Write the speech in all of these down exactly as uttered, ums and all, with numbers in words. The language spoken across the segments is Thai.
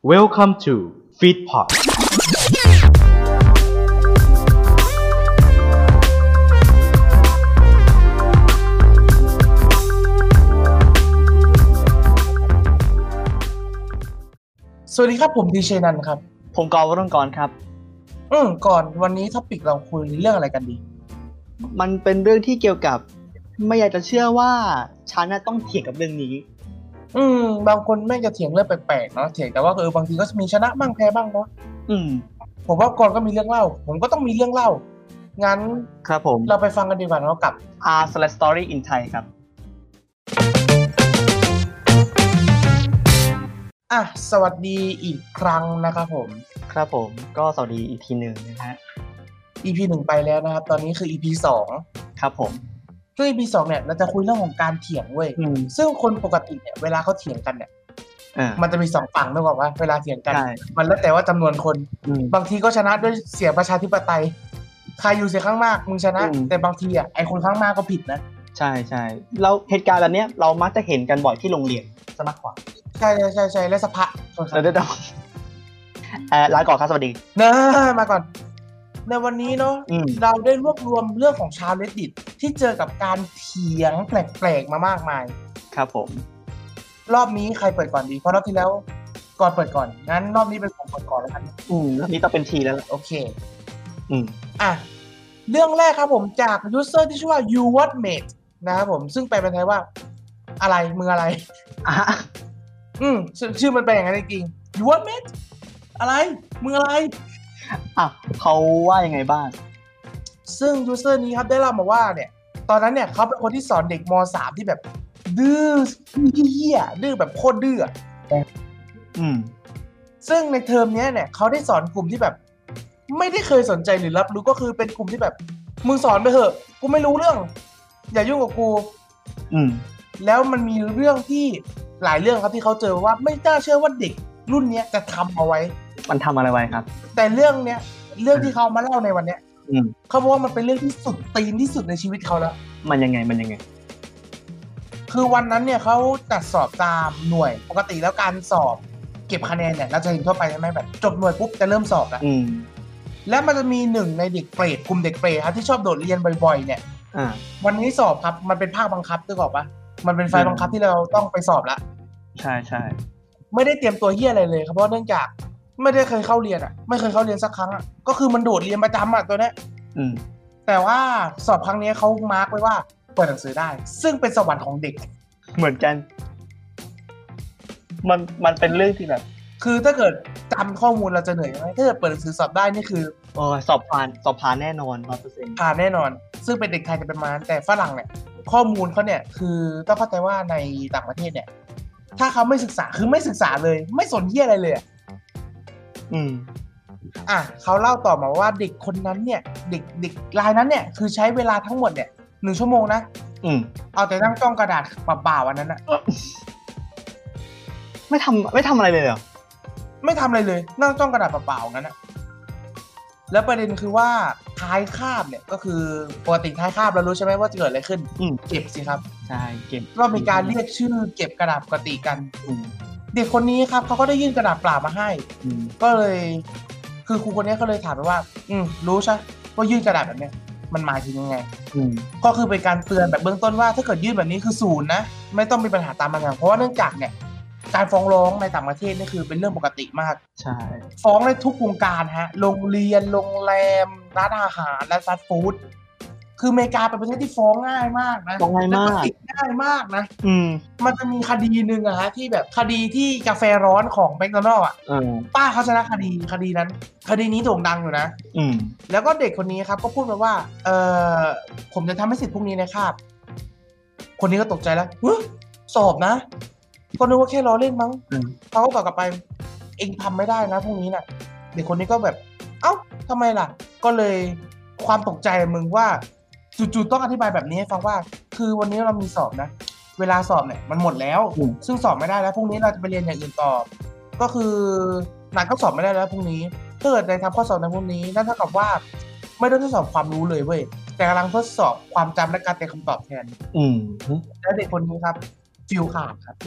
Welcome to Feedpot สวัสดีครับผมดีเจนันครับผมกอล์ฟวรงกรครับอืมก่อนวันนี้ท็อปิกเราคุยเรื่องอะไรกันดีมันเป็นเรื่องที่เกี่ยวกับไม่อยากจะเชื่อว่าฉันน่ะต้องเถียงกับเรื่องนี้อืมบางคนแม่งจะเถียงเรื่องแปลกๆเนาะเถียงแต่ว่าเออบางทีก็มีชนะบ้างแพ้บ้างเนาะอืมผมว่าก่อนก็มีเรื่องเล่าผมก็ต้องมีเรื่องเล่างั้นครับผมเราไปฟังกันดีกว่าเนาะกับ R slash story in Thai ครับอ่ะสวัสดีอีกครั้งนะครับผมครับผมก็สวัสดีอีกทีหนึ่งนะฮะอี พี หนึ่งไปแล้วนะครับตอนนี้คือ อี พี สองครับผมซึ่ง อี พี สองเนี่ยเราจะคุยเรื่องของการเถียงเว้ยซึ่งคนปกติเนี่ยเวลาเขาเถียงกันเนี่ยมันจะมีสองฝั่งนึกออกป่ะเวลาเถียงกันมันแล้วแต่ว่าจำนวนคนบางทีก็ชนะด้วยเสียงประชาธิปไตยใครอยู่เสียงข้างมากมึงชนะแต่บางทีอ่ะไอคนข้างมากก็ผิดนะใช่ใช่เราเหตุการณ์แบบนี้เรามักจะเห็นกันบ่อยที่โรงเรียนซะมากกว่าใช่ใช่ใช่และสภาเดี๋ยวเดี๋ยวเอ่อลาก่อนครับสวัสดีเนอะมาก่อนในวันนี้เนาะเราได้รวบรวมเรื่องของชาว Reddit ที่เจอกับการเถียงแปลกๆมามากมายครับผมรอบนี้ใครเปิดก่อนดีเพราะรอบที่แล้วก่อนเปิดก่อนงั้นรอบนี้เป็นผมเปิดก่อนแล้วกันอืมรอบนี้ต้องเป็นทีแล้วโอเคอืมอ่ะเรื่องแรกครับผมจากยูเซอร์ที่ชื่อว่า you what mate นะครับผมซึ่งแปลเป็นไทยว่าอะไรมึงอะไรอ่ะอืมชื่อมันเป็นอย่างนั้นจริงๆ you what mate อะไรมึงอะไรอ่ะเขาว่ายังไงบ้างซึ่งยูเซอร์นี้ครับได้เล่ามาว่าเนี่ยตอนนั้นเนี่ยเขาเป็นคนที่สอนเด็กม.สาม ที่แบบดื้อเหี้ยดื้อแบบโคตรดื้ออืมซึ่งในเทอมนี้เนี่ยเขาได้สอนกลุ่มที่แบบไม่ได้เคยสนใจหรือรับรู้ก็คือเป็นกลุ่มที่แบบมึงสอนไปเถอะกูไม่รู้เรื่องอย่ายุ่งกับกูอืมแล้วมันมีเรื่องที่หลายเรื่องครับที่เขาเจอว่าไม่น่าเชื่อว่าเด็กรุ่นนี้จะทำเอาไว้มันทำอะไรไว้ครับแต่เรื่องเนี้ยเรื่องที่เขามาเล่าในวันเนี้ยเขาบอกว่ามันเป็นเรื่องที่สุดตีนที่สุดในชีวิตเขาแล้วมันยังไงมันยังไงคือวันนั้นเนี่ยเขาจัดสอบตามหน่วยปกติแล้วการสอบเก็บคะแนนเนี่ยเราจะเห็นทั่วไปใช่ไหมแบบจบหน่วยปุ๊บจะเริ่มสอบแล้วแล้วมันจะมีหนึ่งในเด็กเปรตกลุ่มเด็กเปรตครับที่ชอบโดดเรียนบ่อยๆเนี่ยวันนี้สอบครับมันเป็นภาคบังคับนึกออกปะมันเป็นไฟบังคับที่เราต้องไปสอบแล้วใช่ใช่ไม่ได้เตรียมตัวเหี้ยอะไรเลยครับเพราะเนื่องจากไม่ได้เคยเข้าเรียนอ่ะไม่เคยเข้าเรียนสักครั้งอ่ะก็คือมันโดดเรียนประจำอ่ะตัวเนี้ยแต่ว่าสอบครั้งนี้เขามาร์กไว้ว่าเปิดหนังสือได้ซึ่งเป็นสวรรค์ของเด็กเหมือนกันมันมันเป็นเรื่องที่แบบคือถ้าเกิดจำข้อมูลเราจะเหนื่อยไหมถ้าเกิดเปิดหนังสือสอบได้นี่คือโอ้สอบผ่านสอบผ่านแน่นอน ร้อยเปอร์เซ็นต์ผ่านแน่นอนซึ่งเป็นเด็กไทยจะเป็นมาแต่ฝรั่งเนี่ยข้อมูลเขาเนี่ยคือต้องเข้าใจว่าในต่างประเทศเนี่ยถ้าเขาไม่ศึกษาคือไม่ศึกษาเลยไม่สนเหี้ยอะไรเลยอืมอ่ะเขาเล่าต่อมาว่าเด็กคนนั้นเนี่ยเด็กเด็กรายนั้นเนี่ยคือใช้เวลาทั้งหมดเนี่ยหนึ่งชั่วโมงนะอืมเอาแต่นั่งจ้องกระดาษเปล่าๆวันนั้นน่ะไม่ทำไม่ทำอะไรเลยเหรอไม่ทำอะไรเลยนั่งจ้องกระดาษเปล่าๆงั้นน่ะแล้วประเด็นคือว่าท้ายคาบเนี่ยก็คือปกติท้ายคาบเรารู้ใช่ไหมว่าจะเกิดอะไรขึ้นเก็บสิครับใช่เก็บก็มีการเรียกชื่อเก็บกระดาษปกติกันเด็กคนนี้ครับเขาก็ได้ยื่นกระดาษเปล่ามาให้ก็เลยคือครูคนนี้ก็เลยถามไปว่าอืมรู้ใช่ว่ายื่นกระดาษแบบนี้มันหมายถึงยังไงก็คือเป็นการเตือนแบบเบื้องต้นว่าถ้าเกิดยื่นแบบนี้คือศูนย์นะไม่ต้องมีปัญหาตามมาอย่างเพราะว่าเนื่องจากเนี่ยการฟ้องร้องในต่างประเทศนี่คือเป็นเรื่องปกติมากใช่ฟ้องในทุกวงการฮะโรงเรียนโรงแรมร้านอาหารและฟาสต์ฟู้ดคืออเมริกาเป็นประเทศที่ฟ้องง่ายมากนะฟ้องง่ายมากง่ายมากนะอืมมันจะมีคดีนึงอะฮะที่แบบคดีที่กาแฟร้อนของแมคโดนัลด์อ่ะป้าเขาชนะคดีคดีนั้นคดีนี้โด่งดังอยู่นะอืมแล้วก็เด็กคนนี้ครับก็พูดมาว่าเออผมจะทำให้สิทธิ์พวกนี้นะครับคนนี้ก็ตกใจแล้วสอบนะก็นึกว่าแค่ล้อเล่นมั้งเขาก็ตอบกลับไปเองทำไม่ได้นะพวกนี้น่ะเด็กคนนี้ก็แบบเอ้าทำไมล่ะก็เลยความตกใจมึงว่าจู่ๆต้องอธิบายแบบนี้ให้ฟังว่าคือวันนี้เรามีสอบนะเวลาสอบเนี่ยมันหมดแล้วซึ่งสอบไม่ได้แล้วพรุ่งนี้เราจะไปเรียนอย่างอื่นต่อก็คือนายก็สอบไม่ได้แล้วพรุ่งนี้ถ้าเกิดนายทำข้อสอบในพรุ่งนี้นั่นเท่ากับว่าไม่ได้ทดสอบความรู้เลยเว้ยแต่กำลังทดสอบความจำและการเตรียมคำตอบแทนอืมและเด็กคนนี้ครับฟิลขาดครับ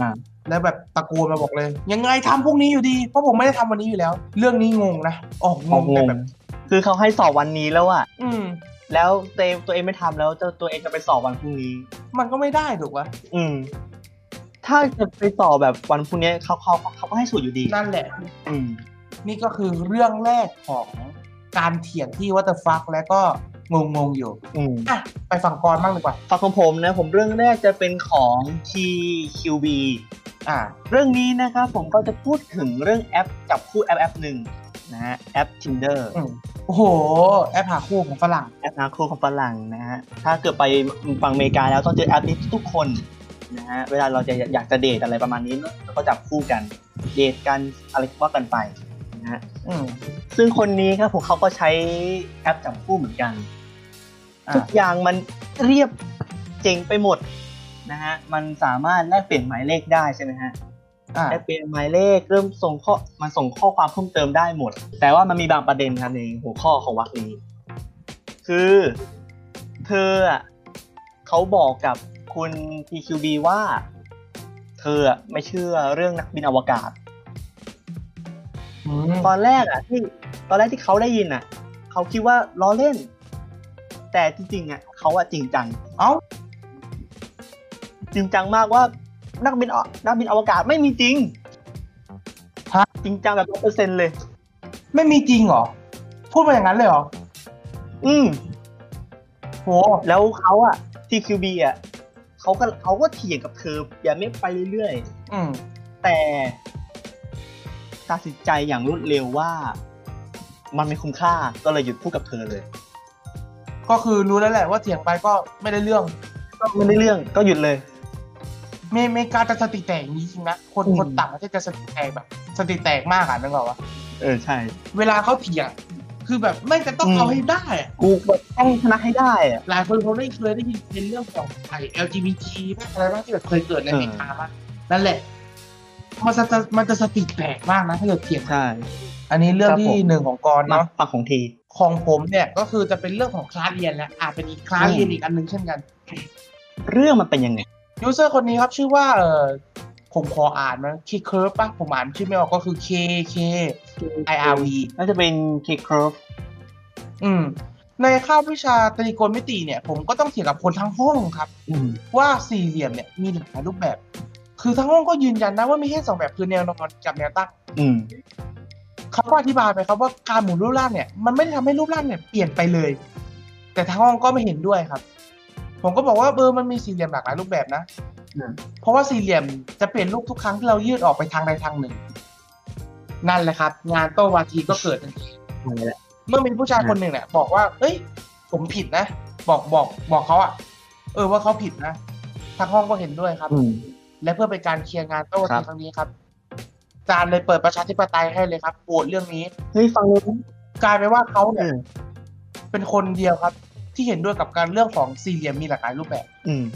แล้วแบบตะโกนมาบอกเลย ยังไงทำพวกนี้อยู่ดีเพราะผมไม่ได้ทำวันนี้อยู่แล้ว เรื่องนี้งงนะอ๋องงแต่แบบคือเขาให้สอบวันนี้แล้วอะอืมแล้วตัวเองตัวเองไม่ทำแล้วจะตัวเองจะไปสอบวันพรุ่งนี้มันก็ไม่ได้ถูกปะอืม ถ้าจะไปสอบแบบวันพรุ่งนี้เขาเขาเขาก็ให้สูตรอยู่ดีนั่นแหละอืมนี่ก็คือเรื่องแรกของการเถียงที่วัตเตอร์ฟักแล้วก็งงงๆอยู่อืมอ่ะไปฝั่งกรบ้างดีกว่าฝั่งของผมนะผมเรื่องแรกจะเป็นของ ที คิว บีอ่าเรื่องนี้นะครับผมก็จะพูดถึงเรื่องแอปจับคู่แอปแอปหนึ่งนะฮะแอป Tinder อืมโอ้โห แอปหาคู่ของฝรั่งแอปหาคู่ของฝรั่งนะฮะถ้าเกิดไปฝั่งอเมริกาแล้วต้องเจอแอปนี้ทุกคนนะฮะเวลาเราจะอยากจะเดทอะไรประมาณนี้เราก็จับคู่กันเดทกันอะไรว่ากันไปนะฮะอืมซึ่งคนนี้ครับผมเขาก็ใช้แอปจับคู่เหมือนกันอ่าทุกอย่างมันเรียบเจ๋งไปหมดนะฮะมันสามารถแลกเปลี่ยนหมายเลขได้ใช่ไหมฮะอ่าแลกเปลี่ยนหมายเลขเริ่มส่งข้อมันส่งข้อความเพิ่มเติมได้หมด แต่ว่ามันมีบางประเด็นครับในหัวข้อของวรรคนี้ คือเธออ่ะเขาบอกกับคุณ ที คิว บี ว่าเธออ่ะไม่เชื่อเรื่องนักบินอวกาศอืมตอนแรกอ่ะที่ตอนแรกที่เขาได้ยินอ่ะเขาคิดว่าล้อเล่น แต่จริงๆอ่ะเขาอ่ะจริงจังเอ้าจริงจังมากว่านักบินอนักบินอวกาศไม่มีจริงฮะจริงจังแบบร้อยเปอร์เซ็นต์เลยไม่มีจริงเหรอ พูดมาอย่างนั้นเลยเหรออืมโหแล้วเขาอ่ะ ที คิว บี อ่ะเขาก็เขาก็เถียงกับเธออย่าไม่ไปเรื่อยอืมๆแต่ตัดสินใจอย่างรวดเร็วว่ามันไม่คุ้มค่าก็เลยหยุดพูดกับเธอเลยก็คือรู้แล้วแหละว่าเถียงไปก็ไม่ได้เรื่องก็ไม่ได้เรื่องก็หยุดเลยเมเมกาจะสติแตกอย่างนี้จริงนะ คนอืมคนต่างประเทศจะสติแตกแบบ สติแตกมากอ่ะนึกออกปะเออใช่เวลาเขาเถียง คือแบบไม่จะต้องอืมเอาให้ได้อะกูแบบต้องชนะให้ได้อ่ะหลายคนเขาได้เคยได้ยินเป็นเรื่องของไอ้ แอล จี บี ที บ้างอะไรบ้างที่แบบเคยเกิดในอเมริกาบ้างนั่นแหละ มันจะมันจะสติแตกมากนะถ้าเกิดเถียงใช่อันนี้เรื่องครับที่ผมหนึ่งของกรมาเนาะฝั่งของทีของผมเนี่ยก็คือจะเป็นเรื่องของคลาสเรียนแล้วอ่าเป็นอีกคลาสอืมเรียนอีกอันหนึงเช่นกันเรื่องมันเป็นยังไงยูเซอร์คนนี้ครับชื่อว่าเออผมขออ่านมันคีเคิร์ฟป่ะผมอ่านชื่อไม่ออกก็คือ K K I R V น่าจะเป็น K curve อืม ในคาบวิชาตรีโกณมิติเนี่ย ผมก็ต้องเถียงกับคนทั้งห้องครับอืมว่าสี่เหลี่ยมเนี่ยมีหลายรูปแบบ คือทั้งห้องก็ยืนยันนะว่ามีแค่สองแบบคือแนวนอนกับแนวตั้งอืมเขาก็อธิบายไปครับว่าการหมุนรูปร่างเนี่ยมันไม่ได้ทำให้รูปร่างเนี่ยเปลี่ยนไปเลย แต่ทั้งห้องก็ไม่เห็นด้วยครับ ผมก็บอกว่าเบอร์มันมีสี่เหลี่ยมหลากหลายรูปแบบนะอืมเพราะว่าสี่เหลี่ยมจะเปลี่ยนรูปทุกครั้งที่เรายืดออกไปทางใดทางหนึ่ง นั่นแหละครับ งานโต้วาทีก็เกิดทันทีนั่นแหละเมื่อมีผู้ชายคนหนึ่งเนี่ยบอกว่า เอ้ย ผมผิดนะ บอกบอกบอกเขาอะเออว่าเขาผิดนะทางห้องก็เห็นด้วยครับอืมและเพื่อเป็นการเคลียร์งานโต้วาครัทีบครั้งนี้ครับอาจารย์เลยเปิดประชาธิปไตยให้เลยครับโหวตเรื่องนี้เฮ้ยฟังเลยกลายเป็นว่าเขาเอเนี่ยอเป็นคนเดียวครับ ที่เห็นด้วยกับการเรื่องของสี่เหลี่ยมมีหลากหลายรูปแบบอืม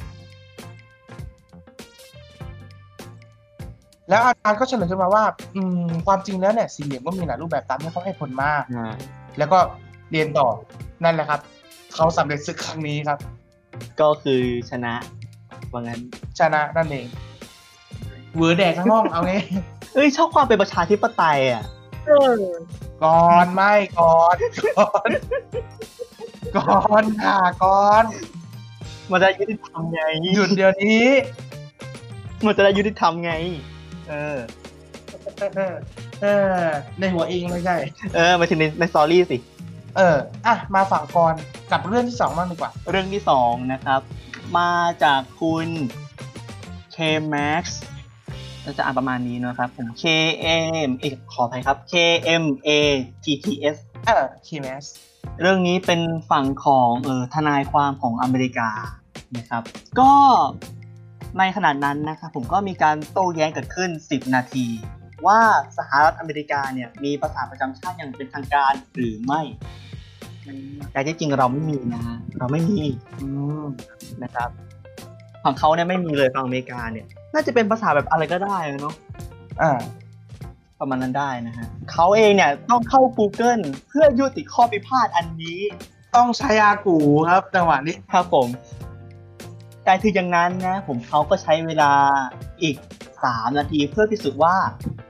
แล้วอาจารย์ก็เฉลยขึ้นมาว่า อืม ความจริงแล้วเนี่ยสี่เหลี่ยมก็มีหลายรูปแบบตามที่เขาให้ผลมาอ่าแล้วก็เรียนต่อนั่นแหละครับ เขาสำเร็จศึกครั้งนี้ครับก็คือชนะว่างั้นชนะนั่นเองเวอร์แดกทั้งห้องเอาไงเอ้ยชอบความเป็นประชาธิปไตยอ่ะก่อนไม่ก่อนก่อนก่อนค่ะก่อนมันจะยุติธรรมไงหยุดเดี๋ยวนี้มันจะได้ยุติธรรมไง เออเออในหัวเองไม่ใช่เออมาถึงในในสตอรี่สิเอออ่ะมาฝั่งกรกับเรื่องที่สองบ้างดีกว่าเรื่องที่สองนะครับ มาจากคุณ K Max เราจะอ่านประมาณนี้นะครับผม K M เอกขออภัยครับ K M A T T S เออคีแมสเรื่องนี้เป็นฝั่งของเออทนายความของอเมริกานะครับ ก็ในขณะนั้นนะครับผมก็มีการโต้แย้งเกิดขึ้นสิบนาที ว่าสหรัฐอเมริกาเนี่ยมีภาษาประจำชาติอย่างเป็นทางการหรือไม่แต่ที่จริงเราไม่มีนะเราไม่มีอืมนะครับฝั่งเขาเนี่ยไม่มีเลยฝั่งอเมริกาเนี่ยน่าจะเป็นภาษาแบบอะไรก็ได้เนาะอ่าประมาณนั้นได้นะฮะเขาเองเนี่ยต้องเข้า Google เพื่อยุติข้อพิพาทอันนี้ต้องใช้อากูครับจังหวะนี้ครับผมแต่ถึงอย่างนั้นนะผมเขาก็ใช้เวลาอีกสามนาทีเพื่อพิสูจน์ว่า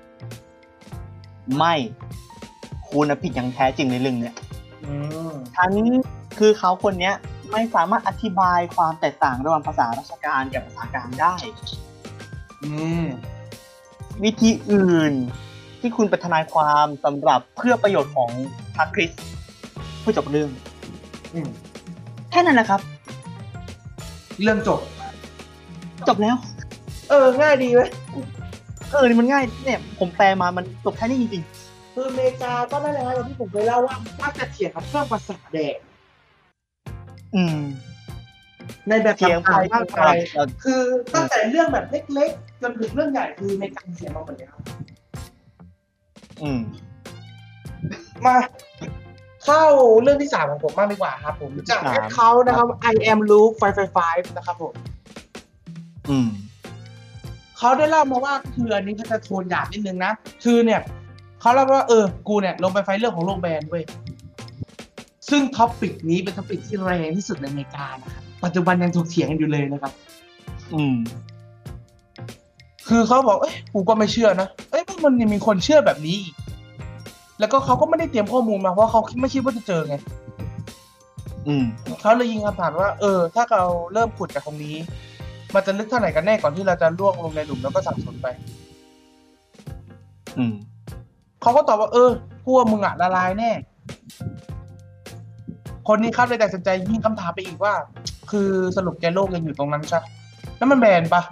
ไม่คุณผิดอย่างแท้จริงในเรื่องเนี้ยฉันคือเขาคนเนี้ยไม่สามารถอธิบายความแตกต่างระหว่างภาษาราชการกับภาษากลางได้วิธีอื่นที่คุณเป็นทนายความสำหรับเพื่อประโยชน์ของพรรคคริสต์เพื่อจบเรื่องแค่นั้นนะครับเรื่องจบจบแล้วเออง่ายดีไหมเออนี่มันง่ายเนี่ยผมแปลมามันจบแค่นี้จริงๆคืออเมริกาก็นั่นแหละอย่างที่ผมเคยเล่าว่าถ้าจะเถียงกับเครื่องประสาทแดกอืมในแบบต่างๆมากมายคือตั้งแต่เรื่องแบบเล็กๆจนถึงเรื่องใหญ่คือในการเถียงมาหมดแล้วอืมมาเข้าเรื่องที่สามของผมบ้างดีกว่าครับผมจากแอคเคาท์นะครับ I am Luke ห้า ห้า ห้านะครับผมอืมเขาได้เล่ามาว่าคืออันนี้เขาจะโทนหยาบนิดนึงนะคือเนี่ยเขาเล่าว่าเออกูเนี่ยลงไปไฟเรื่องของโลกแบนเว้ยซึ่งท็อปปิกนี้เป็นท็อปปิกที่แรงที่สุดในอเมริกานะครับปัจจุบันยังถกเถียงกันอยู่เลยนะครับอืมคือเขาบอกเอ้ยกูก็ไม่เชื่อนะเอ้ยมันยังมีคนเชื่อแบบนี้อีกแล้วก็เขาก็ไม่ได้เตรียมข้อมูลมาเพราะเขาไม่คิดว่าจะเจอไงอืมเขาเลยยิงคำถามว่าเออถ้าเราเริ่มขุดจากตรงนี้มันจะลึกเท่าไหร่กันแน่ก่อนที่เราจะล่วงลงในหลุมแล้วก็สับสนไปอืมเขาก็ตอบว่าเออพวกมึงอะละลายแน่คนนี้ครับเลยตัดสินใจยิงคำถามไปอีกว่าคือสรุปแกโลกยังอยู่ตรงนั้นใช่แล้วมันแบนปะ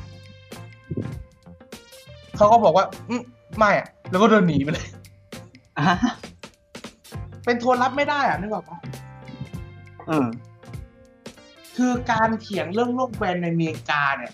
เขาก็บอกว่าอืมไม่อะแล้วก็เดินหนีไปเลยเป็นโทนรับไม่ได้อะนึกออกปะอืมคือการเถียงเรื่องโลกแบนในอเมริกาเนี่ย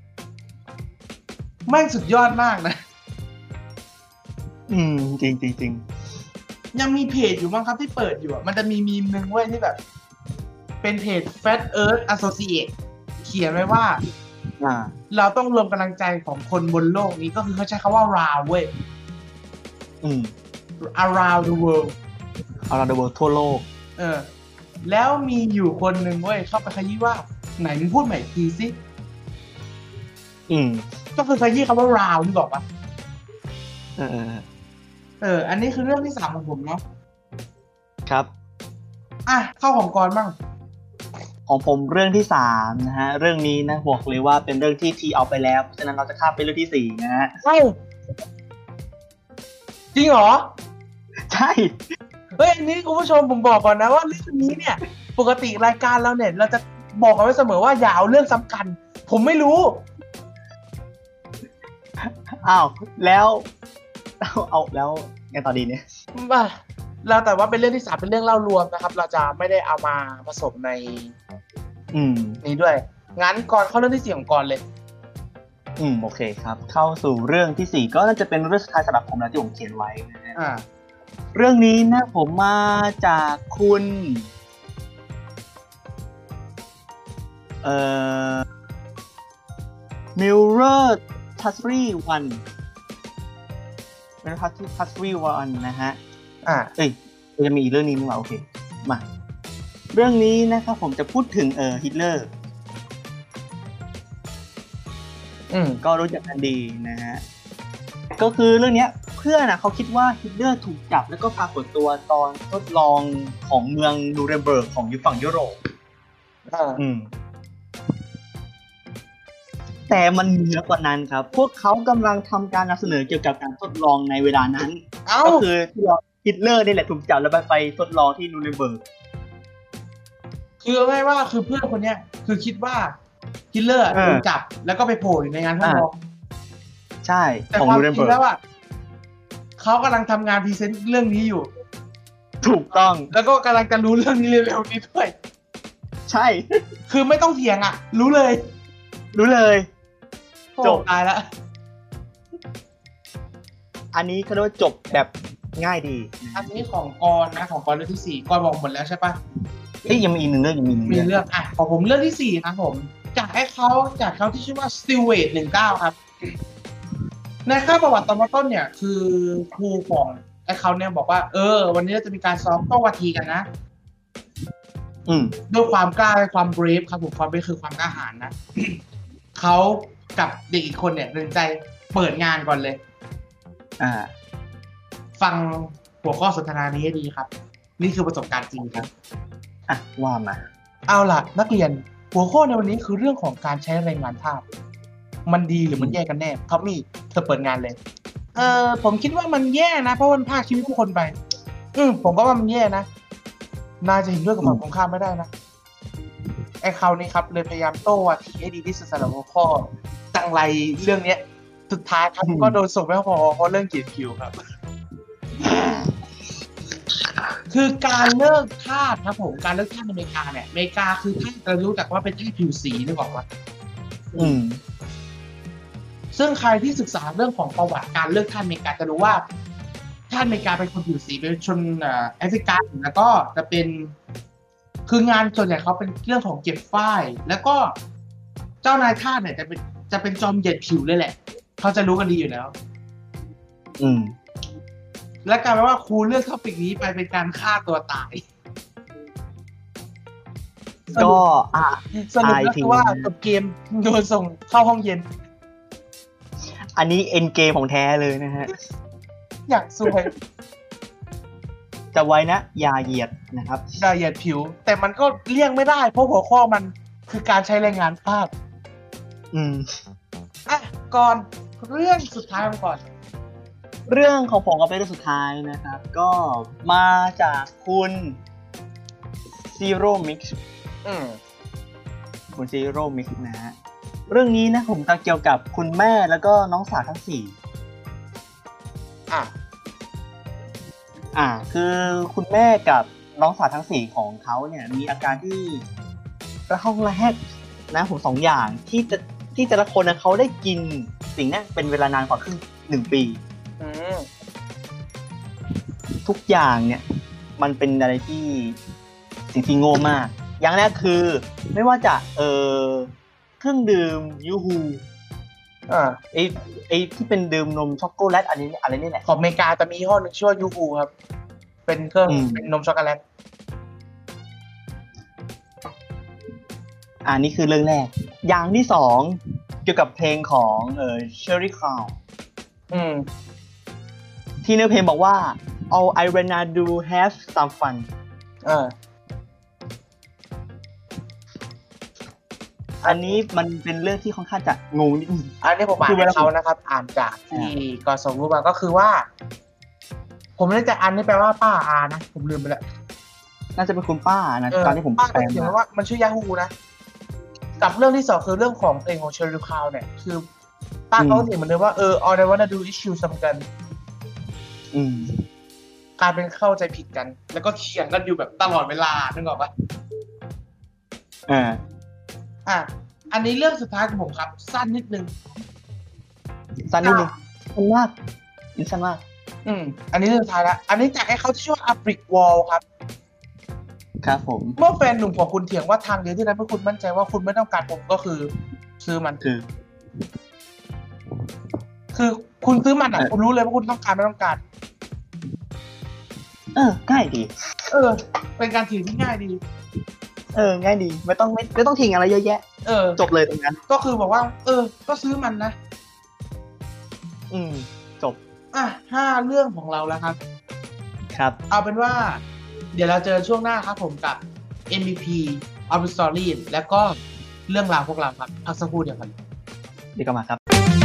แม่งสุดยอดมากนะอืมจริงจริงจริงยังมีเพจอยู่มั้งครับที่เปิดอยู่อ่ะมันจะมีมีมนึงเว้ยที่แบบเป็นเพจ Flat Earth Associate เขียนไว้ว่าอ่าเราต้องรวมกำลังใจของคนบนโลกนี้ก็คือเขาใช้คำว่า round เว้ยอืม around the world around the world ทั่วโลกเออแล้วมีอยู่คนหนึ่งเว้ยเข้าไปขยี้ว่าไหนมึงพูดใหม่ทีสิอืมก็คือขยี้คำว่า round นี่บอกปะเออเออเอออันนี้คือเรื่องที่สามของผมเนาะครับอ่ะเข้าของกรบ้างของผมเรื่องที่สามนะฮะเรื่องนี้นะบอกเลยว่าเป็นเรื่องที่ทีเอาไปแล้วเพราะฉะนั้นเราจะข้ามไปเรื่องที่สี่นะฮะใช่จริงเหรอใช่เฮ้ยอันนี้คุณผู้ชมผมบอกก่อนนะว่าเรื่องนี้เนี่ยปกติรายการเราเนี่ยเราจะบอกกันไว้เสมอว่าอย่าเอาเรื่องซ้ำกันผมไม่รู้อ้าวแล้วเอาเอาแล้วไงต่อดีเนี่ยว่าเราแต่ว่าเป็นเรื่องที่สามเป็นเรื่องเล่ารวมนะครับเราจะไม่ได้เอามาผสมในอืมนี้ด้วยงั้นก่อนเข้าเรื่องที่สี่ของก่อนเลยอืมโอเคครับเข้าสู่เรื่องที่สี่ก็น่าจะเป็นเรื่องสุดท้ายสำหรับผมแล้วที่ผมเขียนไว้นะฮะอ่าเรื่องนี้นะผมมาจากคุณเอ่อมิลเลอร์ทัสรีวันเป็นทัสรีวันนะฮะอ่าเอ้ยจะมีอีกเรื่องนี้นี่หว่าโอเคมาเรื่องนี้นะครับผมจะพูดถึงเอ่อฮิตเลอร์อืมก็รู้จักกันดีนะฮะก็คือเรื่องนี้เพื่อนนะเขาคิดว่าฮิตเลอร์ถูกจับแล้วก็ปรากฏตัวตอนทดลองของเมืองนูเรมเบิร์กของยุคฝั่งยุโรปอ่าอืมแต่มันเหนือกว่านั้นครับพวกเขากำลังทำการนำเสนอเกี่ยวกับการทดลองในเวลานั้นก็คือที่ฮิตเลอร์นี่แหละถูกจับแล้วไปไปทดลองที่นูเรมเบิร์กคือไม่ว่าคือเพื่อนคนเนี้ยคือคิดว่าฮิตเลอร์ถูกจับแล้วก็ไปโผล่อยู่ในงานทดลองใช่แต่ความจริงแล้วอ่ะเขากำลังทำงานพรีเซนต์เรื่องนี้อยู่ถูกต้องแล้วก็กำลังจะรู้เรื่องนี้เร็วๆนี้ด้วยใช่คือไม่ต้องเถียงอ่ะรู้เลยรู้เลยจบตายแล้วอันนี้เขาเรียกว่าจบแบบง่ายดีอันนี้ของกรนะของกรเรื่องที่สี่กรบอกหมดแล้วใช่ปะเอ้ยยังมีอีกหนึ่งเรื่องยังมีมีเรื่องอ่ะของผมเรื่องที่สี่ครับผมจากให้เขาจากเขาที่ชื่อว่า Stewart หนึ่งเก้าครับในข้าประวัติตอนต้นเนี่ยคือครูของไอ้เขาเนี่ยบอกว่าเออวันนี้เราจะมีการซ้อมโต้วาทีกันนะอืมด้วยความกล้าและความเบรฟครับผมความเบรฟคือความกล้าหาญนะเขากับเด็กอีกคนเนี่ยตัดสินใจเปิดงานก่อนเลยอ่าฟังหัวข้อสนทนานี้ให้ดีครับนี่คือประสบการณ์จริงครับอ่ะว่ามาเอาล่ะนักเรียนหัวข้อในวันนี้คือเรื่องของการใช้แรงงานทาสมันดีหรือมันแย่กันแน่ท็อปมี่เธอเปิดงานเลยเออผมคิดว่ามันแย่นะเพราะมันพาชีวิตผู้คนไปอืมผมก็ว่ามันแย่นะนายจะเห็นด้วยกับฝั่งตรงข้ามไม่ได้นะไอ้คราวนี้ครับเลยพยายามโต้ว่าทีให้ดีที่สุดสำหรับหัวข้อจังไรเรื่องเนี้ยสุดท้ายครับก็โดนส่งไปพอเพราะเรื่องเกียรติคิวครับคือการเลิกทาสครับผมการเลิกทาสในอเมริกาเนี่ยอเมริกาคือทาสเรารู้จักว่าเป็นทาสผิวสีนึกออกว่าอืมซึ่งใครที่ศึกษาเรื่องของประวัติการเลิกทาสอเมริกาจะรู้ว่าทาสอเมริกาเป็นคนผิวสีเป็นชนแอฟริกันแล้วก็จะเป็นคืองานส่วนใหญ่เขาเป็นเรื่องของเก็บฝ้ายแล้วก็เจ้านายทาสเนี่ยจะเป็นจะเป็นจอมเหยียดผิวเลยแหละเขาจะรู้กันดีอยู่แล้วอืมและกลายเป็นว่าครูเลือกท็อปิกนี้ไปเป็นการฆ่าตัวตายก็อ่ะสรุปก็คือว่าจบเกมโดนส่งเข้าห้องเย็นอันนี้เอ็นเกมของแท้เลยนะฮะอยากสวยจะไว้นะอย่าเหยียดนะครับอย่าเหยียดผิวแต่มันก็เลี่ยงไม่ได้เพราะหัวข้อมันคือการใช้แรงงานทาสอืมอ่ะก่อนเรื่องสุดท้ายก่อนเรื่องของผมก็เป็นเรื่องสุดท้ายนะครับก็มาจากคุณ Zero Mix อืมคุณ Zero Mix นะฮะเรื่องนี้นะผมจะเกี่ยวกับคุณแม่แล้วก็น้องสาวทั้งสี่อ่ะอ่าคือคุณแม่กับน้องสาวทั้งสี่ของเขาเนี่ยมีอาการที่ระหองระแหกนะผมสองอย่างที่จะที่แต่ละคนนะเขาได้กินสิ่งนี้เป็นเวลานานกว่าครึ่งหนึ่งปีทุกอย่างเนี่ยมันเป็นอะไรที่สิ่งที่โง่มากอย่างแรกคือไม่ว่าจะเออเครื่องดื่มยูฮูอ่าไอไอที่เป็นดื่มนมช็อกโกแลตอันนี้อะไรนี่แหละของอเมริกาจะมียี่ห้อนึงชื่อว่ายูฮูครับเป็นเครื่องเป็นนมช็อกโกแลตอ่านี่คือเรื่องแรกอย่างที่สองเกี่ยวกับเพลงของเอ่อ Cherry Crown อืมที่เนื้อเพลงบอกว่า all I wanna do have some fun อ่าอันนี้มันเป็นเรื่องที่ค่อนข้างจะงงนิดนึงอันนี้ผมอ่านให้เขานะครับอ่านจากที่กสรู้มาก็คือว่าผมไม่ได้จะอ่านนี่แปลว่าป้าอานะผมลืมไปแล้วน่าจะเป็นคุณป้านะตอนที่ผมป้าก็เขียนว่ามันชื่อยาฮูนะกับเรื่องที่สองคือเรื่องของเพลงของเชอร์รี่คาวเนี่ยคือป้าเขาเขียนเหมือนเดิมว่าเออ all I wanna do is shoot some gun อืมกลายเป็นเข้าใจผิดกันแล้วก็เถียงกันอยู่แบบตลอดเวลานึกออกปะอ่าอ่ะอันนี้เรื่องสุดท้ายของผมครับสั้นนิดนึงสั้นนิดนึงสั้นมากสั้นมากอืมอันนี้เรื่องสุดท้ายแล้วอันนี้จากไอ้เขาชื่อว่า A Brick Wall ครับครับผมเมื่อแฟนหนุ่มของคุณเถียงว่าทางเดียวที่ทำให้คุณมั่นใจว่าคุณไม่ต้องการผมก็คือซื้อมันคือคือคุณซื้อมันอ่ะคุณรู้เลยว่าคุณต้องการไม่ต้องการเออง่ายดีเออเป็นการถือที่ง่ายดีเออง่ายดีไม่ต้องไม่ไม่ต้องทิ้งอะไรเยอะแยะเออจบเลยตรงนั้นก็คือบอกว่าเออก็ซื้อมันนะอืมจบอ่ะห้าเรื่องของเราแล้วครับครับเอาเป็นว่าเดี๋ยวเราเจอช่วงหน้าครับผมกับ เอ็ม วี พี of the Story แล้วก็เรื่องราวพวกเราครับพักสักครู่เดียวกันเดี๋ยวก็มาครับ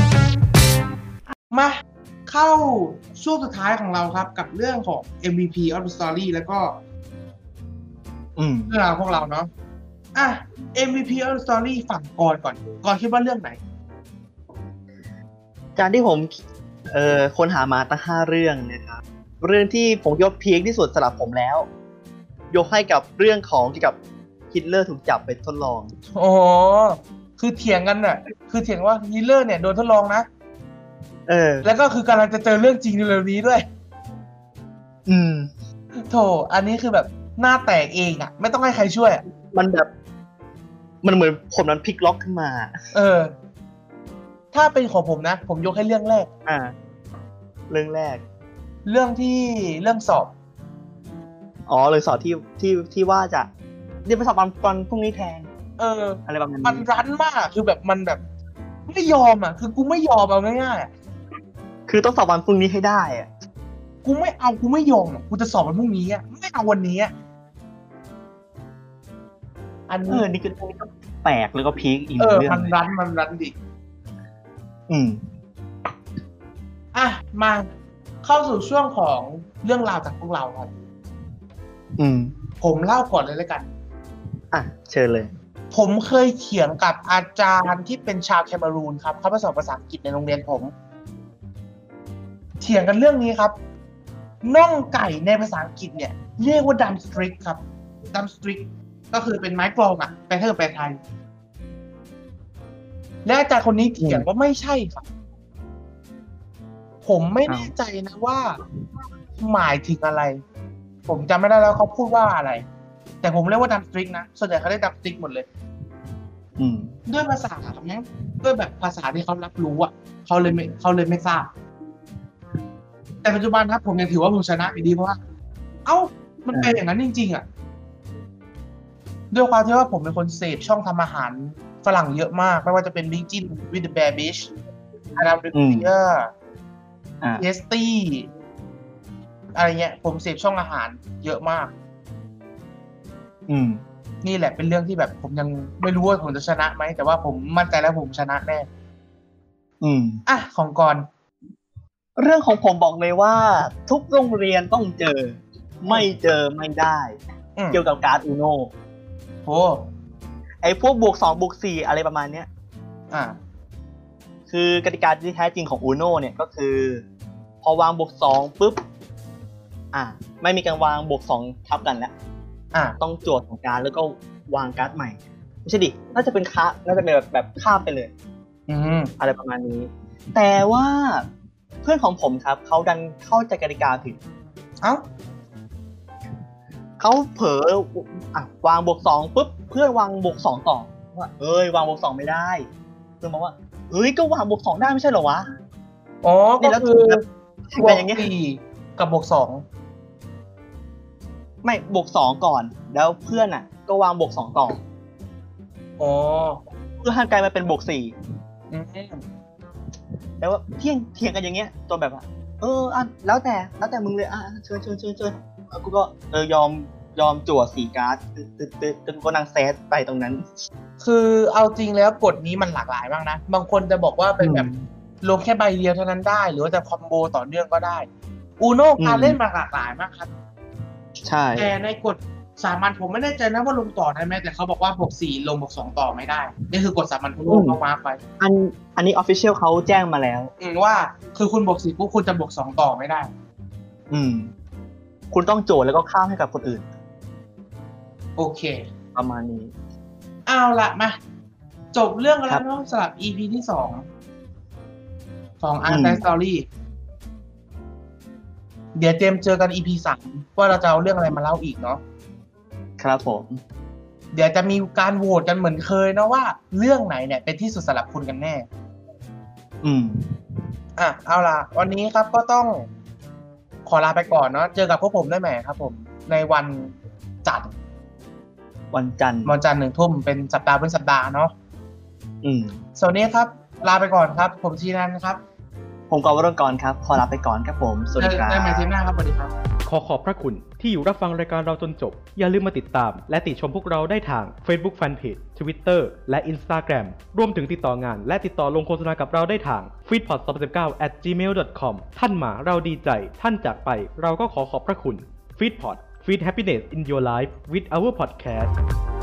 มาเข้าช่วงสุดท้ายของเราครับกับเรื่องของ เอ็ม วี พี of the Story แล้วก็เรื่องราวพวกเราเนาะอ่ะ เอ็ม วี พี of the Story ฝั่งก่อนก่อนก่อนคิดว่าเรื่องไหนการที่ผมเอ่อค้นหามาตั้งห้าเรื่องนะครับเรื่องที่ผมยกพีคที่สุดสำหรับผมแล้วยกให้กับเรื่องของเกี่ยวกับฮิตเลอร์ถูกจับไปทดลองอ๋อคือเถียงกันน่ะคือเถียงว่าฮิตเลอร์เนี่ยโดนทดลองนะเออแล้วก็คือกำลังจะเจอเรื่องจริงในเร็วนี้ด้วยอืมโถอันนี้คือแบบหน้าแตกเองอ่ะไม่ต้องให้ใครช่วยมันแบบมันเหมือนผมนั้นพลิกล็อกขึ้นมาเออถ้าเป็นของผมนะผมยกให้เรื่องแรกอ่าเรื่องแรกเรื่องที่เรื่องสอบอ๋อเลยสอบที่ที่ที่ว่าจะเรียนไปสอบตอนตอนพรุ่งนี้แทนเอออะไรประมาณนี้มันรั้นมากคือแบบมันแบบไม่ยอมอ่ะคือกูไม่ยอมเอาง่ายๆคือต้องสอบวันพรุ่งนี้ให้ได้อ่ะกูไม่เอากูไม่ยอมอ่ะกูจะสอบวันพรุ่งนี้อ่ะไม่เอาวันนี้อ่ะอันนี้เออนี่ก็แปลกแล้วก็พีคอีกเออเรื่องมันรันมันรันดิอืมอ่ะมาเข้าสู่ช่วงของเรื่องราวจากพวกเราครับอืมผมเล่าก่อนเลยแล้วกันอ่ะเชิญเลยผมเคยเถียงกับอาจารย์ที่เป็นชาวแคเมรูนครับเขามาสอนภาษาอังกฤษในโรงเรียนผมเถียงกันเรื่องนี้ครับน่องไก่ในภาษาอังกฤษเนี่ยเรียกว่าดัมสตริกครับดัมสตริกก็คือเป็นไม้กลองอ่ะแปลเทอร์แปลไทยและอาจารย์คนนี้เถียงว่าไม่ใช่ครับผมไม่แน่ใจนะว่าหมายถึงอะไรผมจำไม่ได้แล้วเขาพูดว่าอะไรแต่ผมเรียกว่าดัมสตริกนะส่วนใหญ่เขาเรียกดัมสตริกหมดเลยด้วยภาษาครับนะด้วยแบบภาษาที่เขารับรู้อ่ะเขาเลยไม่เขาเลยไม่ทราบแต่ปัจจุบันครับผมยังถือว่าผมชนะอยู่ดีเพราะว่าเอ้ามันเป็นอย่างนั้นจริงๆอ่ะด้วยความที่ว่าผมเป็นคนเสพช่องทำอาหารฝรั่งเยอะมากไม่ว่าจะเป็น Bingin with the Bear Beach Adam Riviereเอสตี้อะไรเงี้ยผมเสพช่องอาหารเยอะมากอืมนี่แหละเป็นเรื่องที่แบบผมยังไม่รู้ว่าผมจะชนะไหมแต่ว่าผมมั่นใจแล้วผมชนะแน่อืมอ่ะของกรเรื่องของผมบอกเลยว่าทุกโรงเรียนต้องเจอไม่เจอไม่ได้เกี่ยวกับการ์ดอูโน่โอ้ไอ้พวกบวกสองบวกสี่อะไรประมาณเนี้ยอ่าคือกติกาที่แท้จริงของอูโน่เนี่ยก็คือพอวางบวกสองปุ๊บอ่าไม่มีการวางบวกสองทับกันแล้วอ่าต้องโจทย์ของการแล้วก็วางการ์ดใหม่ไม่ใช่ดิน่าจะเป็นค้าน่าจะเป็นแบบแบบข้ามไปเลยอืมอะไรประมาณนี้แต่ว่าเพื่อนของผมครับเขาดันเข้าใจกติกาผิดเอ้าเขาเผลออ่ะวางบวกสองปุ๊บเพื่อนวางบวกสองต่อว่าเอ้ยวางบวกสองไม่ได้เพื่อนบอกว่าเฮ้ยก็วางบวกสองได้ไม่ใช่เหรอวะอ๋อก็คือบวกสี่กับบวกสองไม่บวกสองก่อนแล้วเพื่อนอ่ะก็วางบวกสองต่ออ๋อเพื่อให้กลายมาเป็นบวกสี่แล้วว่าเที่ยงเทียงกันอย่างเงี้ยตัวแบบว่าเอออ่ะแล้วแต่แล้วแต่มึงเลยอ่ะเชิญเชิญเชิญเชิญกูก็เออยอมยอมจั่วสี่การ์ดตึ๊ดตึ๊ดตึ๊ดก็นั่งเซตไปตรงนั้นคือเอาจริงแล้วกฎนี้มันหลากหลายมากนะบางคนจะบอกว่าเป็นแบบลงแค่ใบเดียวเท่านั้นได้หรือว่าจะคอมโบต่อเนื่องก็ได้อูโน่การเล่นมาหลากหลายมากครับใช่แต่ในกฎสามัญผมไม่แน่ใจนะว่าลงต่อได้ไหมแต่เขาบอกว่าบวกสี่ลงบวกสองต่อไม่ได้นี่คือกฎสามัญทั่วโลกเขามาไปอันอันนี้ official เขาแจ้งมาแล้วอืมว่าคือคุณบวกสี่ปุ๊บคุณจะบวกสองต่อไม่ได้อืมคุณต้องโจทย์แล้วก็ข้ามให้กับคนอื่นโอเคประมาณนี้เอาละมาจบเรื่องแล้วเนาะสำหรับ อี พี ที่สองของ Art Time Story เดี๋ยวเตรียมเจอกัน อี พี สามว่าเราจะเอาเรื่องอะไรมาเล่าอีกเนาะครับผมเดี๋ยวจะมีการโหวตกันเหมือนเคยนะว่าเรื่องไหนเนี่ยเป็นที่สุดสำหรับคุณกันแน่อืมอ่ะเอาล่ะวันนี้ครับก็ต้องขอลาไปก่อนเนาะเจอกับพวกผมได้ใหม่ครับผมในวันจันทร์วันจันทร์วันจันทร์หนึ่งทุ่มเป็นสัปดาห์เป็นสัปดาห์เนาะอืมสวัสดีครับลาไปก่อนครับผมชีนันท์ครับผมกอล์ฟวรกรครับขอลาไปก่อนครับผมสวัสดีครับได้ใหม่ทีหน้าครับสวัสดีครับขอขอบพระคุณที่อยู่รับฟังรายการเราจนจบอย่าลืมมาติดตามและติชมพวกเราได้ทาง Facebook Fanpage Twitter และ Instagram รวมถึงติดต่องานและติดต่อลงโฆษณากับเราได้ทาง ฟีดพอด สองพันสิบเก้า แอท จีเมล ดอท คอม ท่านมาเราดีใจท่านจากไปเราก็ขอขอบพระคุณ Feedpod Feed Happiness in Your Life with our podcast